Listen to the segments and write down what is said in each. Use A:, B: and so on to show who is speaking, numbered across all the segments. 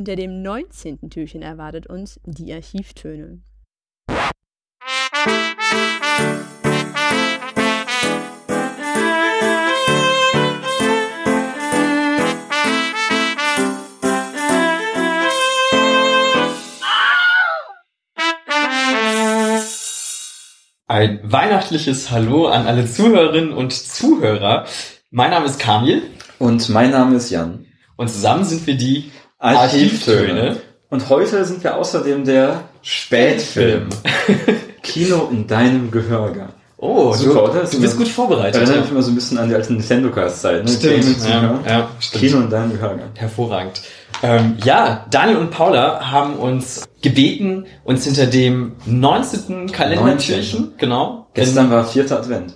A: Hinter dem 19. Türchen erwartet uns die Archivtöne.
B: Ein weihnachtliches Hallo an alle Zuhörerinnen und Zuhörer. Mein Name ist Kamil.
C: Und mein Name ist Jan.
B: Und zusammen sind wir die Archivtöne.
C: Und heute sind wir außerdem der Spätfilm. Kino in deinem Gehörgang.
B: Oh, super, oder? Du bist gut vorbereitet.
C: Das erinnert mich immer so ein bisschen an die alten Nintendo-Cast-Zeit. Ne?
B: Stimmt. Ja, stimmt.
C: Kino in deinem Gehörgang.
B: Hervorragend. Daniel und Paula haben uns gebeten, uns hinter dem 19. Kalendertürchen, genau.
C: Gestern war 4. Advent.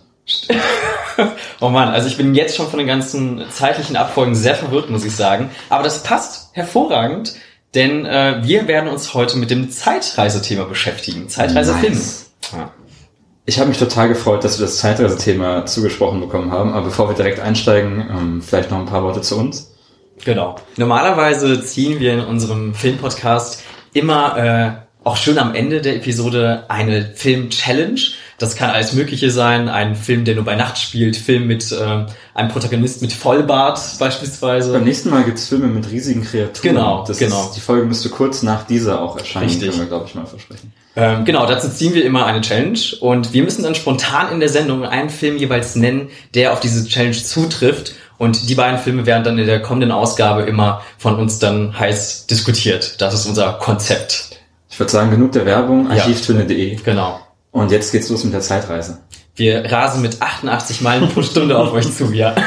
B: Oh Mann, also ich bin jetzt schon von den ganzen zeitlichen Abfolgen sehr verwirrt, muss ich sagen. Aber das passt hervorragend, denn wir werden uns heute mit dem Zeitreisethema beschäftigen. Zeitreisefilm.
C: Nice. Ja. Ich habe mich total gefreut, dass wir das Zeitreisethema zugesprochen bekommen haben. Aber bevor wir direkt einsteigen, vielleicht noch ein paar Worte zu uns.
B: Genau. Normalerweise ziehen wir in unserem Filmpodcast immer auch schön am Ende der Episode eine Film-Challenge. Das kann alles Mögliche sein. Ein Film, der nur bei Nacht spielt. Film mit einem Protagonist mit Vollbart beispielsweise.
C: Beim nächsten Mal gibt's Filme mit riesigen Kreaturen.
B: Genau.
C: Die Folge müsste kurz nach dieser auch erscheinen.
B: Richtig.
C: Können wir, glaube ich, mal versprechen.
B: Dazu ziehen wir immer eine Challenge. Und wir müssen dann spontan in der Sendung einen Film jeweils nennen, der auf diese Challenge zutrifft. Und die beiden Filme werden dann in der kommenden Ausgabe immer von uns dann heiß diskutiert. Das ist unser Konzept.
C: Ich würde sagen, genug der Werbung. Archivtöne.de.
B: Genau.
C: Und jetzt geht's los mit der Zeitreise.
B: Wir rasen mit 88 Meilen pro Stunde auf euch zu, ja.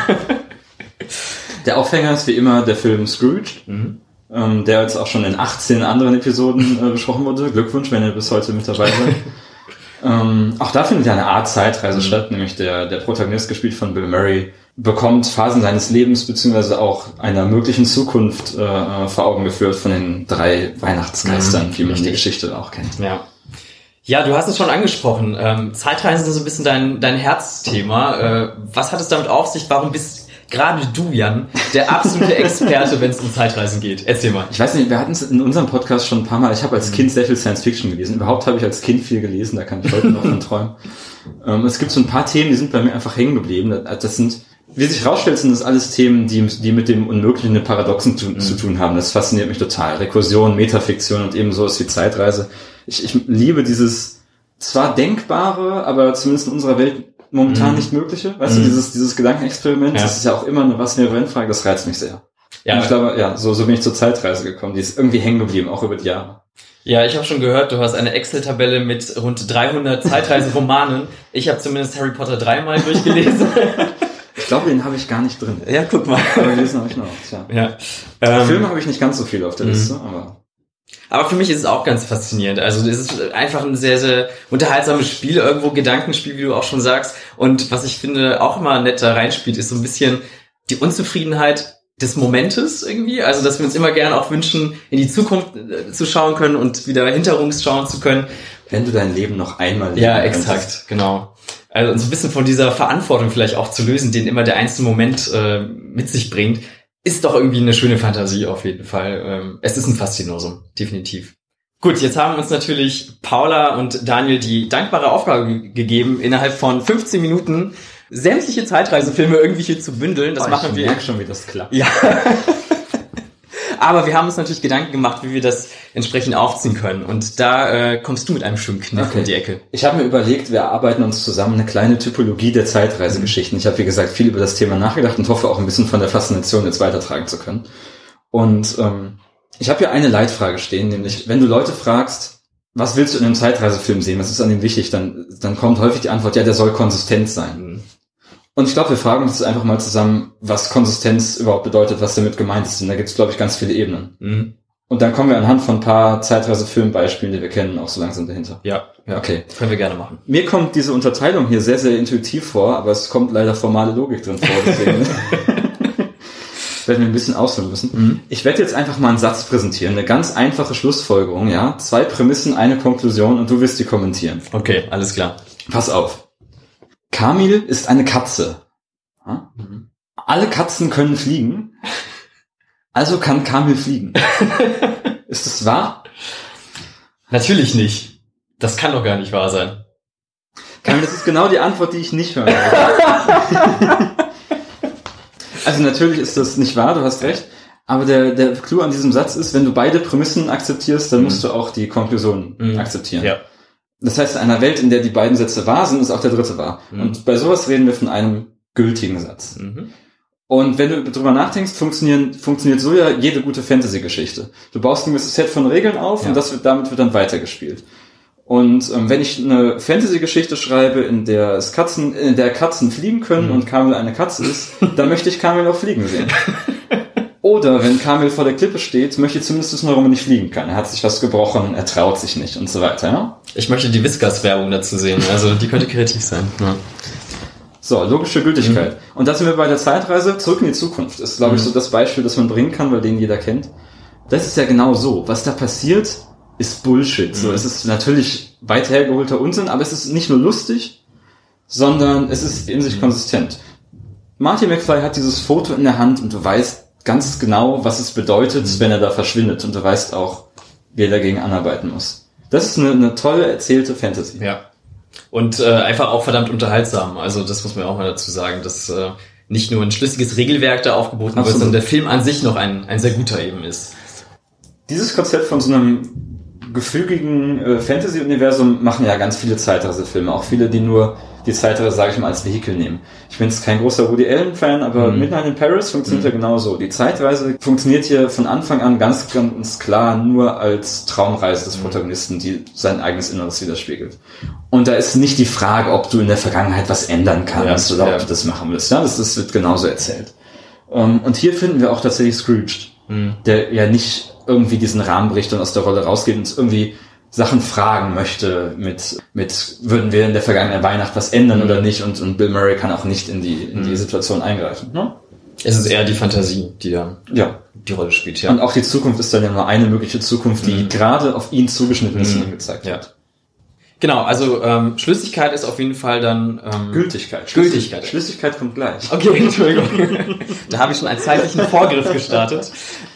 C: Der Aufhänger ist wie immer der Film Scrooge, der jetzt auch schon in 18 anderen Episoden besprochen wurde. Glückwunsch, wenn ihr bis heute mit dabei seid. Auch da findet ja eine Art Zeitreise statt, nämlich der Protagonist, gespielt von Bill Murray, bekommt Phasen seines Lebens beziehungsweise auch einer möglichen Zukunft vor Augen geführt von den 3 Weihnachtsgeistern, wie man die Geschichte auch kennt.
B: Ja, du hast es schon angesprochen. Zeitreisen sind so ein bisschen dein Herzthema. Was hat es damit auf sich? Warum bist gerade du, Jan, der absolute Experte, wenn es um Zeitreisen geht? Erzähl mal.
C: Ich weiß nicht, wir hatten es in unserem Podcast schon ein paar Mal. Ich habe als Kind sehr viel Science-Fiction gelesen. Überhaupt habe ich als Kind viel gelesen, da kann ich heute noch von träumen. Es gibt so ein paar Themen, die sind bei mir einfach hängen geblieben. Das sind, wie sich herausstellt, sind das alles Themen, die mit dem Unmöglichen, den Paradoxen zu tun haben. Das fasziniert mich total. Rekursion, Metafiktion und eben sowas wie Zeitreise. Ich liebe dieses zwar denkbare, aber zumindest in unserer Welt momentan nicht mögliche. Weißt du, dieses Gedankenexperiment, das ist ja auch immer eine Was-wäre-wenn-Frage, das reizt mich sehr. Ja. Und ich glaube, so bin ich zur Zeitreise gekommen. Die ist irgendwie hängen geblieben, auch über die Jahre.
B: Ja, ich habe schon gehört, du hast eine Excel-Tabelle mit rund 300 Zeitreiseromanen. Ich habe zumindest Harry Potter 3-mal durchgelesen.
C: Ich glaube, den habe ich gar nicht drin.
B: Ja, guck mal.
C: Aber gelesen habe ich noch. Tja.
B: Ja.
C: Filme habe ich nicht ganz so viel auf der Liste,
B: aber für mich ist es auch ganz faszinierend. Also es ist einfach ein sehr, sehr unterhaltsames Spiel, irgendwo Gedankenspiel, wie du auch schon sagst. Und was ich finde auch immer nett da reinspielt, ist so ein bisschen die Unzufriedenheit des Momentes irgendwie. Also dass wir uns immer gerne auch wünschen, in die Zukunft zu schauen können und wieder hinterrums schauen zu können.
C: Wenn du dein Leben noch einmal leben
B: Ja, exakt, genau. Also so ein bisschen von dieser Verantwortung vielleicht auch zu lösen, den immer der einzelne Moment mit sich bringt. Ist doch irgendwie eine schöne Fantasie auf jeden Fall. Es ist ein Faszinosum, definitiv. Gut, jetzt haben uns natürlich Paula und Daniel die dankbare Aufgabe gegeben, innerhalb von 15 Minuten sämtliche Zeitreisefilme irgendwie hier zu bündeln. Das machen wir.
C: Ich merke schon, wie das klappt.
B: Ja. Aber wir haben uns natürlich Gedanken gemacht, wie wir das entsprechend aufziehen können. Und da kommst du mit einem schönen Kniff um die Ecke.
C: Ich habe mir überlegt, wir arbeiten uns zusammen eine kleine Typologie der Zeitreisegeschichten. Ich habe, wie gesagt, viel über das Thema nachgedacht und hoffe auch ein bisschen von der Faszination jetzt weitertragen zu können. Und ich habe hier eine Leitfrage stehen, nämlich, wenn du Leute fragst, was willst du in einem Zeitreisefilm sehen, was ist an dem wichtig, dann kommt häufig die Antwort, ja, der soll konsistent sein. Und ich glaube, wir fragen uns einfach mal zusammen, was Konsistenz überhaupt bedeutet, was damit gemeint ist. Und da gibt es, glaube ich, ganz viele Ebenen. Und dann kommen wir anhand von ein paar Zeitreisefilmbeispielen, die wir kennen, auch so langsam dahinter.
B: Ja,
C: okay.
B: Können wir gerne machen.
C: Mir kommt diese Unterteilung hier sehr, sehr intuitiv vor, aber es kommt leider formale Logik drin vor. Deswegen werden wir ein bisschen ausholen müssen. Ich werde jetzt einfach mal einen Satz präsentieren, eine ganz einfache Schlussfolgerung, ja. 2 Prämissen, eine Konklusion und du wirst die kommentieren.
B: Okay, alles klar.
C: Pass auf. Kamil ist eine Katze. Alle Katzen können fliegen, Also kann Kamil fliegen. Ist das wahr?
B: Natürlich nicht. Das kann doch gar nicht wahr sein.
C: Kamil, das ist genau die Antwort, die ich nicht höre. Also natürlich ist das nicht wahr, du hast recht. Aber der Clou an diesem Satz ist, wenn du beide Prämissen akzeptierst, dann musst du auch die Konklusion akzeptieren.
B: Ja.
C: Das heißt, in einer Welt, in der die beiden Sätze wahr sind, ist auch der dritte wahr. Und bei sowas reden wir von einem gültigen Satz. Und wenn du drüber nachdenkst, funktioniert so ja jede gute Fantasy-Geschichte. Du baust ein gewisses Set von Regeln auf und damit wird dann weitergespielt. Und wenn ich eine Fantasy-Geschichte schreibe, in der Katzen fliegen können und Kamil eine Katze ist, dann möchte ich Kamil auch fliegen sehen. Oder wenn Kamil vor der Klippe steht, möchte ich zumindest wissen, warum er nicht fliegen kann. Er hat sich was gebrochen, er traut sich nicht und so weiter. Ja?
B: Ich möchte die Whiskas-Werbung dazu sehen. Also die könnte kreativ sein. Ja.
C: So, logische Gültigkeit. Und da sind wir bei der Zeitreise. Zurück in die Zukunft ist, glaube ich, so das Beispiel, das man bringen kann, weil den jeder kennt. Das ist ja genau so. Was da passiert, ist Bullshit. So, es ist natürlich weit hergeholter Unsinn, aber es ist nicht nur lustig, sondern es ist in sich konsistent. Marty McFly hat dieses Foto in der Hand und du weißt ganz genau, was es bedeutet, wenn er da verschwindet. Und du weißt auch, wie er dagegen anarbeiten muss. Das ist eine tolle erzählte Fantasy.
B: Ja. Und einfach auch verdammt unterhaltsam. Also das muss man auch mal dazu sagen, dass nicht nur ein schlüssiges Regelwerk da aufgeboten wird, sondern der Film an sich noch ein sehr guter eben ist.
C: Dieses Konzept von so einem gefügigen Fantasy-Universum machen ja ganz viele Zeitreisefilme. Auch viele, die nur die Zeitreise, sage ich mal, als Vehikel nehmen. Ich bin jetzt kein großer Woody Allen-Fan, aber Midnight in Paris funktioniert ja genauso. Die Zeitreise funktioniert hier von Anfang an ganz, ganz klar nur als Traumreise des Protagonisten, die sein eigenes Inneres widerspiegelt. Und da ist nicht die Frage, ob du in der Vergangenheit was ändern kannst oder ob du das machen willst. Ja, das wird genauso erzählt. Und hier finden wir auch tatsächlich Scrooged, der ja nicht irgendwie diesen Rahmen bricht und aus der Rolle rausgeht und irgendwie Sachen fragen möchte mit würden wir in der vergangenen Weihnacht was ändern oder nicht und Bill Murray kann auch nicht in die Situation eingreifen. Ne?
B: Es ist eher die Fantasie, die da die Rolle spielt. Ja.
C: Und auch die Zukunft ist dann ja nur eine mögliche Zukunft, die gerade auf ihn zugeschnitten ist und ihm gezeigt wird.
B: Genau, also Schlüssigkeit ist auf jeden Fall dann
C: Gültigkeit. Schlüssigkeit kommt gleich.
B: Okay, Entschuldigung. Da habe ich schon einen zeitlichen Vorgriff gestartet.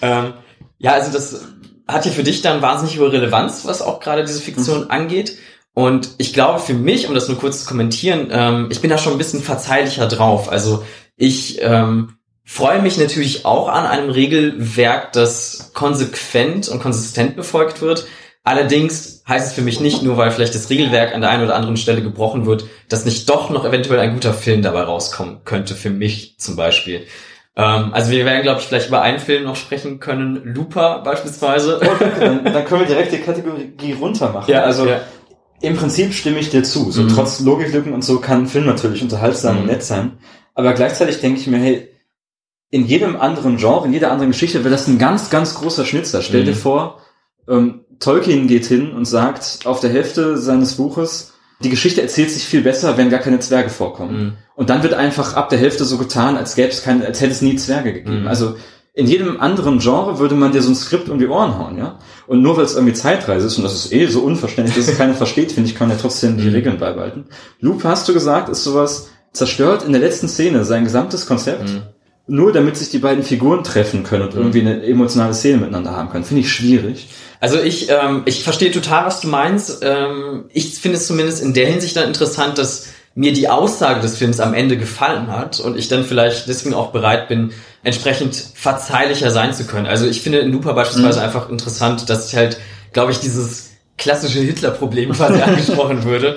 B: Ja, also das hat hier für dich dann wahnsinnig hohe Relevanz, was auch gerade diese Fiktion angeht. Und ich glaube für mich, um das nur kurz zu kommentieren, ich bin da schon ein bisschen verzeihlicher drauf. Also ich freue mich natürlich auch an einem Regelwerk, das konsequent und konsistent befolgt wird. Allerdings heißt es für mich nicht, nur weil vielleicht das Regelwerk an der einen oder anderen Stelle gebrochen wird, dass nicht doch noch eventuell ein guter Film dabei rauskommen könnte, für mich zum Beispiel. Also wir werden, glaube ich, vielleicht über einen Film noch sprechen können, Looper beispielsweise.
C: Dann können wir direkt die Kategorie runter machen. Ja, also im Prinzip stimme ich dir zu. So trotz Logiklücken und so kann ein Film natürlich unterhaltsam und nett sein. Aber gleichzeitig denke ich mir, hey, in jedem anderen Genre, in jeder anderen Geschichte wäre das ein ganz, ganz großer Schnitzer. Stell dir vor, Tolkien geht hin und sagt auf der Hälfte seines Buches, die Geschichte erzählt sich viel besser, wenn gar keine Zwerge vorkommen. Und dann wird einfach ab der Hälfte so getan, als hätte es nie Zwerge gegeben. Also in jedem anderen Genre würde man dir so ein Skript um die Ohren hauen, ja. Und nur weil es irgendwie Zeitreise ist, und das ist so unverständlich, dass es keiner versteht, finde ich, kann ja trotzdem die Regeln beibehalten. Loop, hast du gesagt, ist sowas, zerstört in der letzten Szene sein gesamtes Konzept, nur damit sich die beiden Figuren treffen können und irgendwie eine emotionale Szene miteinander haben können. Finde ich schwierig.
B: Also ich verstehe total, was du meinst. Ich finde es zumindest in der Hinsicht dann interessant, dass mir die Aussage des Films am Ende gefallen hat und ich dann vielleicht deswegen auch bereit bin, entsprechend verzeihlicher sein zu können. Also ich finde in Looper beispielsweise einfach interessant, dass ich halt, glaube ich, dieses klassische Hitler-Problem quasi angesprochen würde.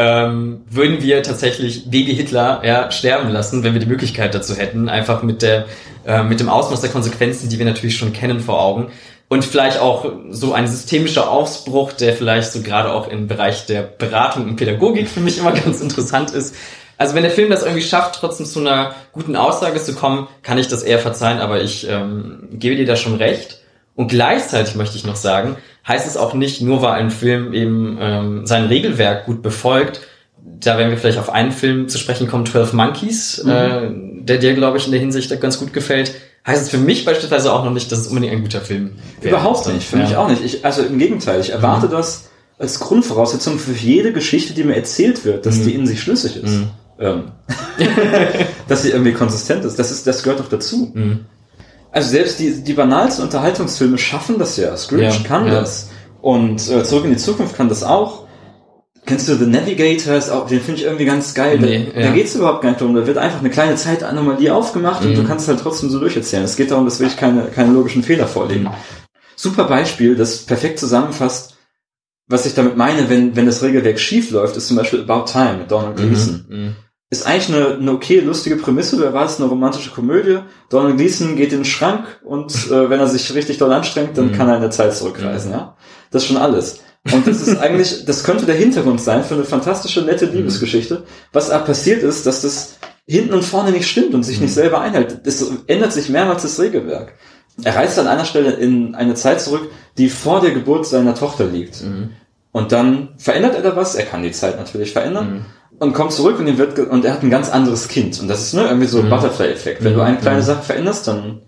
B: Würden wir tatsächlich Baby Hitler sterben lassen, wenn wir die Möglichkeit dazu hätten, einfach mit dem Ausmaß der Konsequenzen, die wir natürlich schon kennen, vor Augen. Und vielleicht auch so ein systemischer Ausbruch, der vielleicht so gerade auch im Bereich der Beratung und Pädagogik für mich immer ganz interessant ist. Also wenn der Film das irgendwie schafft, trotzdem zu einer guten Aussage zu kommen, kann ich das eher verzeihen, aber ich gebe dir da schon recht. Und gleichzeitig möchte ich noch sagen, heißt es auch nicht, nur weil ein Film eben sein Regelwerk gut befolgt, da werden wir vielleicht auf einen Film zu sprechen kommen, 12 Monkeys, der dir, glaube ich, in der Hinsicht ganz gut gefällt, heißt es für mich beispielsweise auch noch nicht, dass es unbedingt ein guter Film wäre.
C: Überhaupt nicht, für mich auch nicht. Also im Gegenteil, ich erwarte das als Grundvoraussetzung für jede Geschichte, die mir erzählt wird, dass die in sich schlüssig ist. Dass sie irgendwie konsistent ist. Das gehört doch dazu. Also selbst die banalsten Unterhaltungsfilme schaffen das ja. Scrooge kann das. Und Zurück in die Zukunft kann das auch. Kennst du The Navigator? Den finde ich irgendwie ganz geil. Da geht's überhaupt gar nicht darum. Da wird einfach eine kleine Zeitanomalie aufgemacht und du kannst halt trotzdem so durcherzählen. Es geht darum, dass wirklich keine logischen Fehler vorliegen. Super Beispiel, das perfekt zusammenfasst, was ich damit meine, wenn das Regelwerk schief läuft, ist zum Beispiel About Time mit Donald Gleason. Ist eigentlich eine okay, lustige Prämisse. Du erwartest eine romantische Komödie. Donald Gleason geht in den Schrank und wenn er sich richtig doll anstrengt, dann kann er in der Zeit zurückreisen. Ja, das ist schon alles. Und das ist eigentlich, das könnte der Hintergrund sein für eine fantastische, nette Liebesgeschichte. Was aber passiert ist, dass das hinten und vorne nicht stimmt und sich nicht selber einhält. Es ändert sich mehrmals das Regelwerk. Er reist an einer Stelle in eine Zeit zurück, die vor der Geburt seiner Tochter liegt. Und dann verändert er da was. Er kann die Zeit natürlich verändern. Und kommt zurück und er hat ein ganz anderes Kind. Und das ist irgendwie so ein Butterfly-Effekt. Wenn du eine kleine Sache veränderst, dann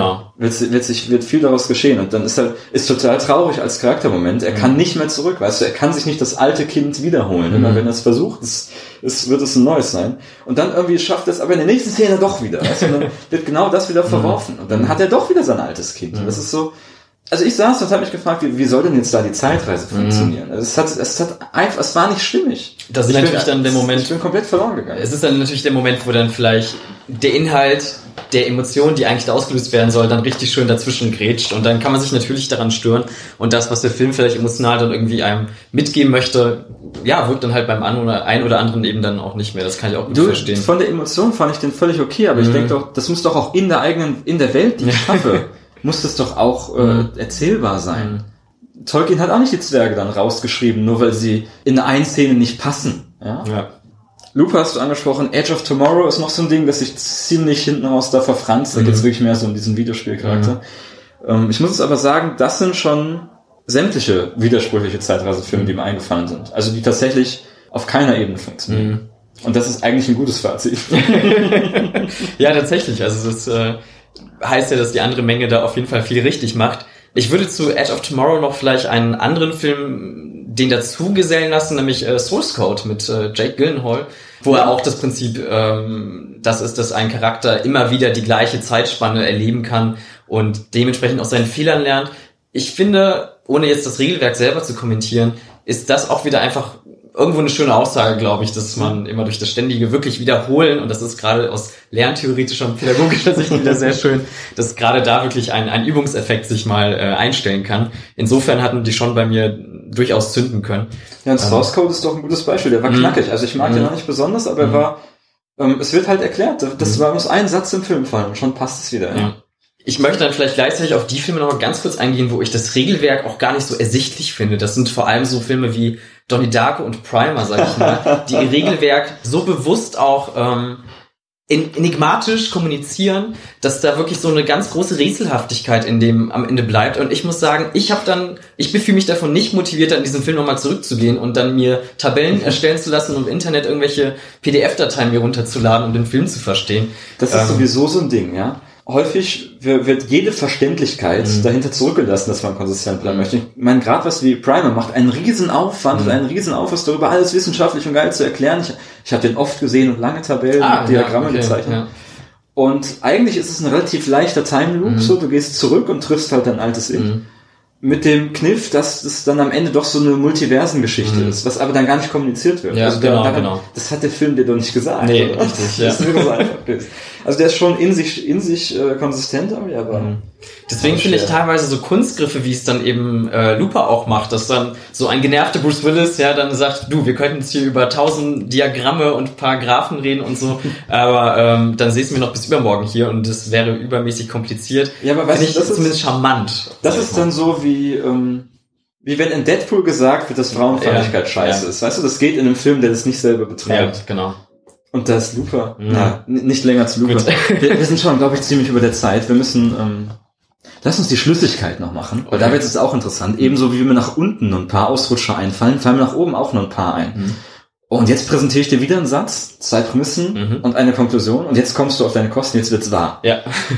C: wird viel daraus geschehen. Und dann ist total traurig als Charaktermoment. Er kann nicht mehr zurück, weißt du, er kann sich nicht das alte Kind wiederholen. Immer wenn er es versucht, wird es ein neues sein. Und dann irgendwie schafft er es aber in der nächsten Szene doch wieder. Weißt du? Und dann wird genau das wieder verworfen. Und dann hat er doch wieder sein altes Kind. Und das ist so, also ich saß und habe mich gefragt, wie soll denn jetzt da die Zeitreise funktionieren? Also es war nicht stimmig.
B: Das ist natürlich dann der Moment.
C: Ich bin komplett verloren gegangen.
B: Es ist dann natürlich der Moment, wo dann vielleicht der Inhalt der Emotion, die eigentlich da ausgelöst werden soll, dann richtig schön dazwischen grätscht. Und dann kann man sich natürlich daran stören. Und das, was der Film vielleicht emotional dann irgendwie einem mitgeben möchte, wirkt dann halt beim einen oder anderen eben dann auch nicht mehr. Das kann ich auch gut verstehen.
C: Von der Emotion fand ich den völlig okay, aber ich denke doch, das muss doch auch in der Welt, die ich schaffe, muss das doch auch erzählbar sein. Tolkien hat auch nicht die Zwerge dann rausgeschrieben, nur weil sie in eine Szene nicht passen. Ja. Looper hast du angesprochen, Edge of Tomorrow ist noch so ein Ding, das sich ziemlich hinten raus da verfranst. Da geht's wirklich mehr so um diesen Videospielcharakter. Ich muss es aber sagen, das sind schon sämtliche widersprüchliche Zeitreisefilme, die mir eingefallen sind. Also die tatsächlich auf keiner Ebene funktionieren. Und das ist eigentlich ein gutes Fazit.
B: Ja, tatsächlich. Also das heißt ja, dass die andere Menge da auf jeden Fall viel richtig macht. Ich würde zu Edge of Tomorrow noch vielleicht einen anderen Film den dazu gesellen lassen, nämlich Source Code mit Jake Gyllenhaal, wo er auch das Prinzip, das ist, dass ein Charakter immer wieder die gleiche Zeitspanne erleben kann und dementsprechend aus seinen Fehlern lernt. Ich finde, ohne jetzt das Regelwerk selber zu kommentieren, ist das auch wieder einfach irgendwo eine schöne Aussage, glaube ich, dass man immer durch das ständige wirklich Wiederholen, und das ist gerade aus lerntheoretischer und pädagogischer Sicht wieder sehr schön, dass gerade da wirklich ein Übungseffekt sich mal einstellen kann. Insofern hatten die schon bei mir durchaus zünden können.
C: Ja, und Source Code ist doch ein gutes Beispiel. Der war knackig. Also ich mag den noch nicht besonders, aber er war, es wird halt erklärt. Das muss ein Satz im Film fallen und schon passt es wieder.
B: Ja. Ich möchte dann vielleicht gleichzeitig auf die Filme noch mal ganz kurz eingehen, wo ich das Regelwerk auch gar nicht so ersichtlich finde. Das sind vor allem so Filme wie Donnie Darko und Primer, sag ich mal, die ihr Regelwerk so bewusst auch enigmatisch kommunizieren, dass da wirklich so eine ganz große Rätselhaftigkeit in dem am Ende bleibt. Und ich muss sagen, ich fühle mich davon nicht motiviert, an diesen Film nochmal zurückzugehen und dann mir Tabellen erstellen zu lassen und im Internet irgendwelche PDF-Dateien mir runterzuladen, um den Film zu verstehen.
C: Das ist sowieso so ein Ding, ja. Häufig wird jede Verständlichkeit dahinter zurückgelassen, dass man konsistent bleiben möchte. Ich meine, gerade was wie Primer macht, einen riesen Aufwand und einen riesen Aufwand darüber, alles wissenschaftlich und geil zu erklären. Ich habe den oft gesehen und lange Tabellen mit Diagramme gezeichnet. Ja. Und eigentlich ist es ein relativ leichter Time Loop, so du gehst zurück und triffst halt dein altes Ich. Mit dem Kniff, dass es dann am Ende doch so eine Multiversengeschichte ist, was aber dann gar nicht kommuniziert wird.
B: Ja,
C: also
B: genau.
C: Das hat der Film dir doch nicht gesagt.
B: Nee, oder? Richtig, ja.
C: Das ist so einfach. Also der ist schon in sich konsistent, aber
B: deswegen finde ich teilweise so Kunstgriffe, wie es dann eben Looper auch macht, dass dann so ein genervter Bruce Willis dann sagt, wir könnten jetzt hier über 1000 Diagramme und ein paar Graphen reden und so, aber dann säßen wir noch bis übermorgen hier und das wäre übermäßig kompliziert.
C: Ja, aber weißt du, das ist
B: zumindest charmant.
C: Das ist dann so wie wenn in Deadpool gesagt wird, dass Frauenfeindlichkeit scheiße ist. Weißt du, das geht in einem Film, der das nicht selber betreibt.
B: Ja, genau.
C: Und da ist Looper. Nicht länger zu Looper. Wir sind schon, glaube ich, ziemlich über der Zeit. Wir müssen, lass uns die Schlüssigkeit noch machen, weil da wird es auch interessant. Ebenso wie mir nach unten noch ein paar Ausrutscher einfallen, fallen mir nach oben auch noch ein paar ein. Und jetzt präsentiere ich dir wieder einen Satz, 2 Prämissen und eine Konklusion. Und jetzt kommst du auf deine Kosten, jetzt wird's wahr.
B: Ja.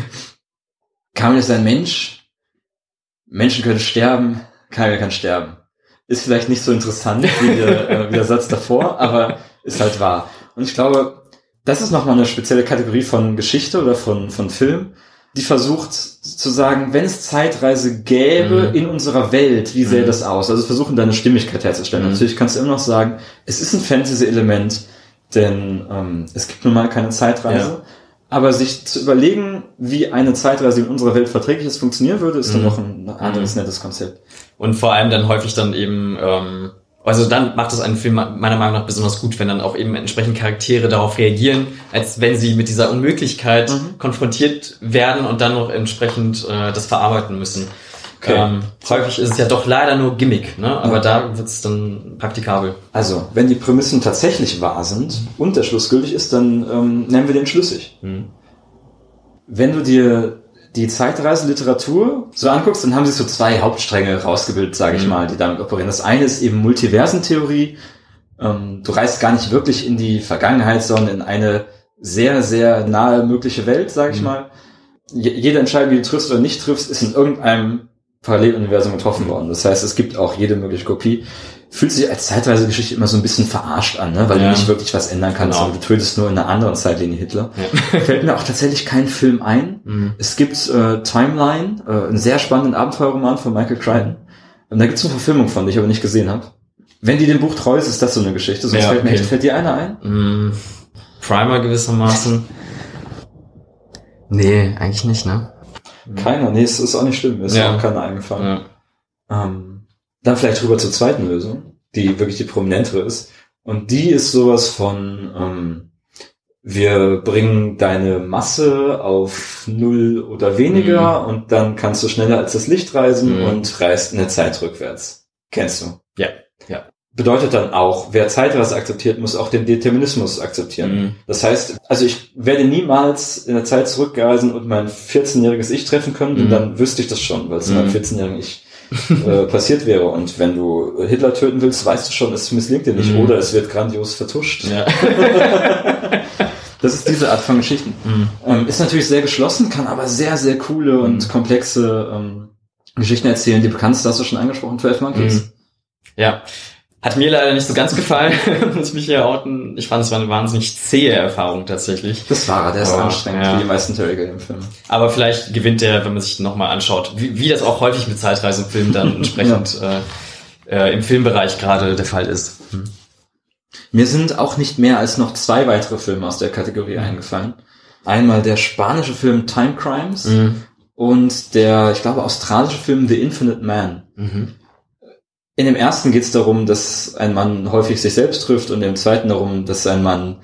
C: Kamil ist ein Mensch. Menschen können sterben. Kamil kann sterben. Ist vielleicht nicht so interessant wie der Satz davor, aber ist halt wahr. Und ich glaube, das ist nochmal eine spezielle Kategorie von Geschichte oder von Film. die versucht zu sagen, wenn es Zeitreise gäbe in unserer Welt, wie sähe das aus? Also versuchen da eine Stimmigkeit herzustellen. Natürlich kannst du immer noch sagen, es ist ein Fantasy-Element, denn es gibt nun mal keine Zeitreise. Ja. Aber sich zu überlegen, wie eine Zeitreise in unserer Welt verträglich ist, funktionieren würde, ist dann noch ein anderes, nettes Konzept.
B: Und vor allem dann häufig dann eben, also dann macht es einen Film meiner Meinung nach besonders gut, wenn dann auch eben entsprechend Charaktere darauf reagieren, als wenn sie mit dieser Unmöglichkeit konfrontiert werden und dann noch entsprechend das verarbeiten müssen. Okay. Häufig ist es ja doch leider nur Gimmick, ne? Aber da wird es dann praktikabel.
C: Also, wenn die Prämissen tatsächlich wahr sind und der Schluss gültig ist, dann nennen wir den schlüssig. Wenn du dir die Zeitreiseliteratur so anguckst, dann haben sie so zwei Hauptstränge rausgebildet, sage ich mal, die damit operieren. Das eine ist eben Multiversentheorie. Du reist gar nicht wirklich in die Vergangenheit, sondern in eine sehr, sehr nahe mögliche Welt, sage ich mal. Jede Entscheidung, die du triffst oder nicht triffst, ist in irgendeinem Paralleluniversum getroffen worden. Das heißt, es gibt auch jede mögliche Kopie. Fühlt sich als Zeitreisegeschichte immer so ein bisschen verarscht an, ne? Weil du nicht wirklich was ändern kannst, sondern du tötest nur in einer anderen Zeitlinie Hitler. Ja. Fällt mir auch tatsächlich kein Film ein. Es gibt Timeline, einen sehr spannenden Abenteuerroman von Michael Crichton. Da gibt es eine Verfilmung von, die ich aber nicht gesehen habe. Wenn die dem Buch treu ist, ist das so eine Geschichte. Sonst fällt dir einer ein?
B: Primer gewissermaßen. Nee, eigentlich nicht, ne?
C: Keiner, nee, es ist auch nicht schlimm, mir ist auch keiner eingefallen. Ja. Dann vielleicht rüber zur zweiten Lösung, die wirklich die prominentere ist. Und die ist sowas von, wir bringen deine Masse auf 0 oder weniger und dann kannst du schneller als das Licht reisen und reist in der Zeit rückwärts. Kennst du?
B: Ja.
C: Bedeutet dann auch, wer Zeitreise akzeptiert, muss auch den Determinismus akzeptieren. Das heißt, also ich werde niemals in der Zeit zurückreisen und mein 14-jähriges Ich treffen können, denn dann wüsste ich das schon, weil es meinem 14-jährigen Ich passiert wäre. Und wenn du Hitler töten willst, weißt du schon, es misslingt dir nicht oder es wird grandios vertuscht. Ja. Das ist diese Art von Geschichten. Ist natürlich sehr geschlossen, kann aber sehr, sehr coole und komplexe Geschichten erzählen. Die bekannteste hast du schon angesprochen, 12 Monkeys.
B: Ja. Hat mir leider nicht so ganz gefallen, muss ich mich hier outen. Ich fand, es war eine wahnsinnig zähe Erfahrung tatsächlich.
C: Das war er, der ist anstrengend wie die meisten Terry Gilliam-Filme.
B: Aber vielleicht gewinnt der, wenn man sich nochmal anschaut, wie das auch häufig mit Zeitreisenfilmen dann entsprechend im Filmbereich gerade der Fall ist.
C: Mir sind auch nicht mehr als noch 2 weitere Filme aus der Kategorie eingefallen. Einmal der spanische Film Time Crimes und der, ich glaube, australische Film The Infinite Man. In dem ersten geht es darum, dass ein Mann häufig sich selbst trifft und im zweiten darum, dass ein Mann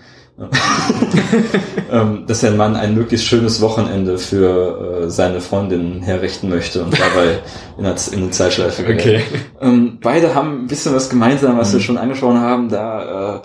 C: ein möglichst schönes Wochenende für seine Freundin herrichten möchte und dabei in eine Zeitschleife gerät.
B: Okay.
C: Beide haben ein bisschen was gemeinsam, was wir schon angesprochen haben, da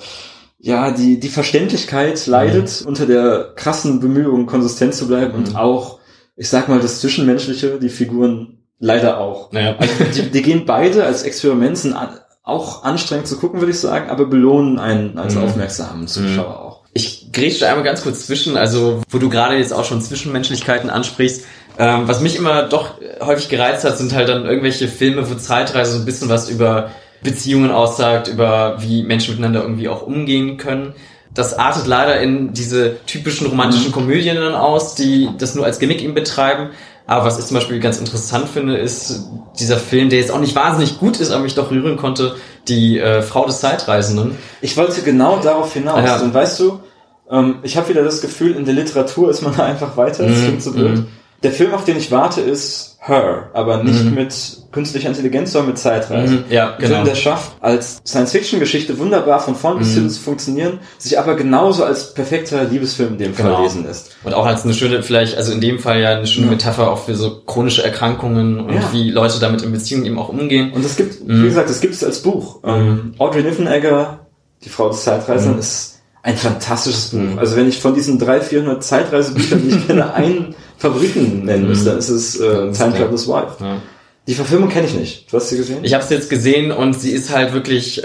C: die Verständlichkeit leidet unter der krassen Bemühung, konsistent zu bleiben und auch, ich sag mal, das Zwischenmenschliche, die Figuren leider auch.
B: Ja.
C: Also die gehen beide als Experiment, sind auch anstrengend zu gucken, würde ich sagen, aber belohnen einen als aufmerksamen Zuschauer auch.
B: Ich grätsche da einmal ganz kurz zwischen, also wo du gerade jetzt auch schon Zwischenmenschlichkeiten ansprichst. Was mich immer doch häufig gereizt hat, sind halt dann irgendwelche Filme, wo Zeitreise so ein bisschen was über Beziehungen aussagt, über wie Menschen miteinander irgendwie auch umgehen können. Das artet leider in diese typischen romantischen Komödien dann aus, die das nur als Gimmick eben betreiben. Aber was ich zum Beispiel ganz interessant finde, ist dieser Film, der jetzt auch nicht wahnsinnig gut ist, aber mich doch rühren konnte, die Frau des Zeitreisenden.
C: Ich wollte genau darauf hinaus. Ja. Und weißt du, ich habe wieder das Gefühl, in der Literatur ist man da einfach weiter. Das klingt so blöd. Der Film, auf den ich warte, ist Her, aber nicht mit künstlicher Intelligenz, sondern mit Zeitreise.
B: Ja, genau.
C: Ein Film, der schafft, als Science-Fiction-Geschichte wunderbar von vorn bis hin zu funktionieren, sich aber genauso als perfekter Liebesfilm in dem Fall lesen lässt.
B: Und auch als eine schöne, vielleicht, also in dem Fall ja eine schöne Metapher auch für so chronische Erkrankungen und wie Leute damit in Beziehungen eben auch umgehen.
C: Und es gibt, wie gesagt, das gibt es als Buch. Audrey Niffenegger, die Frau des Zeitreisenden, ist ein fantastisches Buch. Also wenn ich von diesen 300-400 Zeitreisebüchern, die ich kenne, einen Favoriten nennen müsste, dann ist es Time Traveler's Wife. Ja. Die Verfilmung kenne ich nicht. Du hast sie gesehen?
B: Ich habe sie jetzt gesehen und sie ist halt wirklich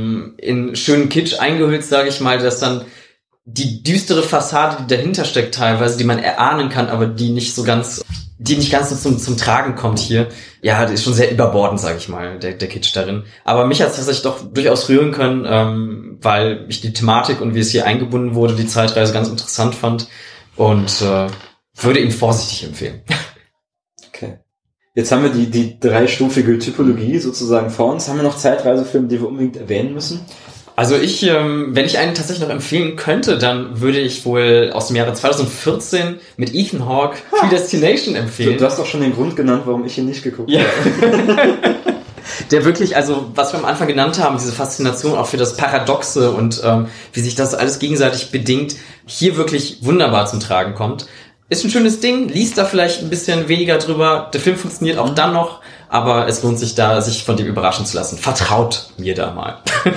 B: in schönen Kitsch eingehüllt, sage ich mal, dass dann die düstere Fassade, die dahinter steckt teilweise, die man erahnen kann, aber die nicht ganz so zum Tragen kommt hier. Ja, die ist schon sehr überbordend, sage ich mal, der Kitsch darin. Aber mich hat es tatsächlich doch durchaus rühren können, weil ich die Thematik und wie es hier eingebunden wurde, die Zeitreise ganz interessant fand. Und würde ihn vorsichtig empfehlen.
C: Okay. Jetzt haben wir die dreistufige Typologie sozusagen vor uns. Haben wir noch Zeitreisefilme, die wir unbedingt erwähnen müssen?
B: Also wenn ich einen tatsächlich noch empfehlen könnte, dann würde ich wohl aus dem Jahre 2014 mit Ethan Hawke Predestination empfehlen.
C: Du hast auch schon den Grund genannt, warum ich ihn nicht geguckt habe.
B: Der wirklich, also was wir am Anfang genannt haben, diese Faszination auch für das Paradoxe und wie sich das alles gegenseitig bedingt, hier wirklich wunderbar zum Tragen kommt. Ist ein schönes Ding, liest da vielleicht ein bisschen weniger drüber. Der Film funktioniert auch dann noch, aber es lohnt sich da, sich von dem überraschen zu lassen. Vertraut mir da mal.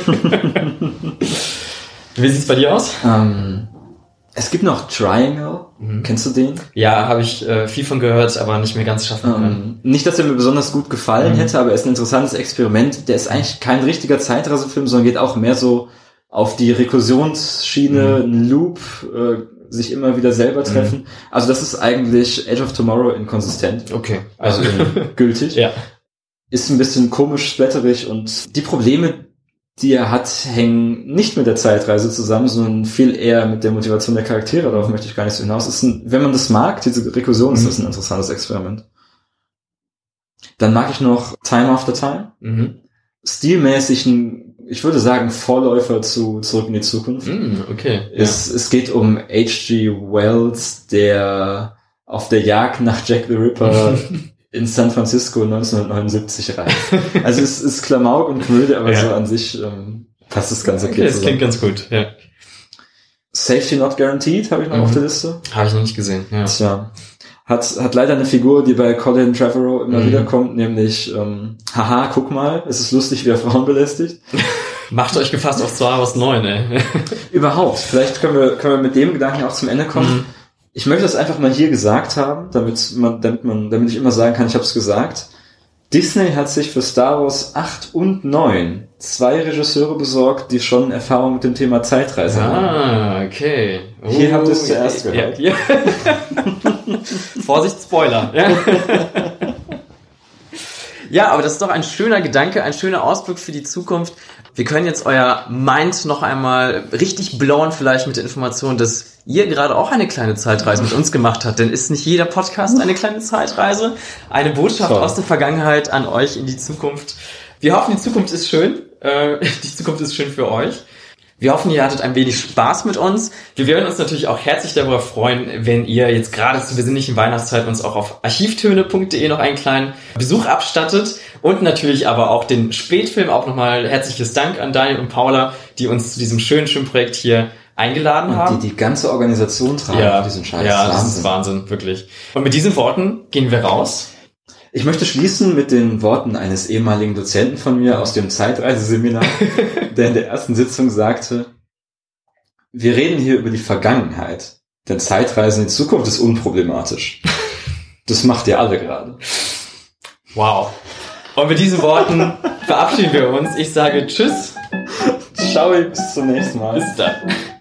B: Wie sieht's bei dir aus?
C: Es gibt noch Triangle. Kennst du den?
B: Ja, habe ich viel von gehört, aber nicht mehr ganz schaffen können.
C: Nicht, dass er mir besonders gut gefallen hätte, aber er ist ein interessantes Experiment. Der ist eigentlich kein richtiger Zeitreisefilm, sondern geht auch mehr so auf die Rekursionsschiene, ein Loop, sich immer wieder selber treffen. Also das ist eigentlich Edge of Tomorrow inkonsistent.
B: Okay.
C: Also gültig.
B: Ja.
C: Ist ein bisschen komisch, splatterig und die Probleme, die er hat, hängen nicht mit der Zeitreise zusammen, sondern viel eher mit der Motivation der Charaktere. Darauf möchte ich gar nicht so hinaus. Wenn man das mag, diese Rekursion, ist das ein interessantes Experiment. Dann mag ich noch Time After Time. Stilmäßig ich würde sagen, Vorläufer zu Zurück in die Zukunft.
B: Okay.
C: Es geht um H.G. Wells, der auf der Jagd nach Jack the Ripper in San Francisco 1979 reist. Also es ist Klamauk und Komödie, aber so an sich passt das ganz okay.
B: Das klingt ganz gut, ja.
C: Safety Not Guaranteed habe ich noch auf der Liste.
B: Habe ich noch nicht gesehen, ja.
C: Tja. Hat leider eine Figur, die bei Colin Trevorrow immer wieder kommt, nämlich, haha, guck mal, es ist lustig, wie er Frauen belästigt.
B: Macht euch gefasst auf Star Wars 9, ey.
C: Überhaupt. Vielleicht können wir mit dem Gedanken auch zum Ende kommen. Ich möchte das einfach mal hier gesagt haben, damit ich immer sagen kann, ich habe es gesagt. Disney hat sich für Star Wars 8 und 9 2 Regisseure besorgt, die schon Erfahrung mit dem Thema Zeitreise haben.
B: Ah, okay.
C: Hier habt ihr es zuerst gehört.
B: Ja. Vorsicht, Spoiler. Ja. Ja, aber das ist doch ein schöner Gedanke, ein schöner Ausblick für die Zukunft. Wir können jetzt euer Mind noch einmal richtig blauen, vielleicht mit der Information, dass ihr gerade auch eine kleine Zeitreise mit uns gemacht habt. Denn ist nicht jeder Podcast eine kleine Zeitreise? Eine Botschaft aus der Vergangenheit an euch in die Zukunft. Wir hoffen, die Zukunft ist schön. Die Zukunft ist schön für euch. Wir hoffen, ihr hattet ein wenig Spaß mit uns. Wir würden uns natürlich auch herzlich darüber freuen, wenn ihr jetzt gerade zur besinnlichen Weihnachtszeit uns auch auf archivtöne.de noch einen kleinen Besuch abstattet und natürlich aber auch den Spätfilm. Auch nochmal herzliches Dank an Daniel und Paula, die uns zu diesem schönen Projekt hier eingeladen haben.
C: Die ganze Organisation tragen für diesen Scheiß.
B: Ja, das ist Wahnsinn, wirklich. Und mit diesen Worten gehen wir raus.
C: Ich möchte schließen mit den Worten eines ehemaligen Dozenten von mir aus dem Zeitreiseseminar, der in der ersten Sitzung sagte, wir reden hier über die Vergangenheit, denn Zeitreisen in die Zukunft ist unproblematisch. Das macht ihr alle gerade.
B: Wow. Und mit diesen Worten verabschieden wir uns. Ich sage Tschüss.
C: Ciao, bis zum nächsten Mal.
B: Bis dann.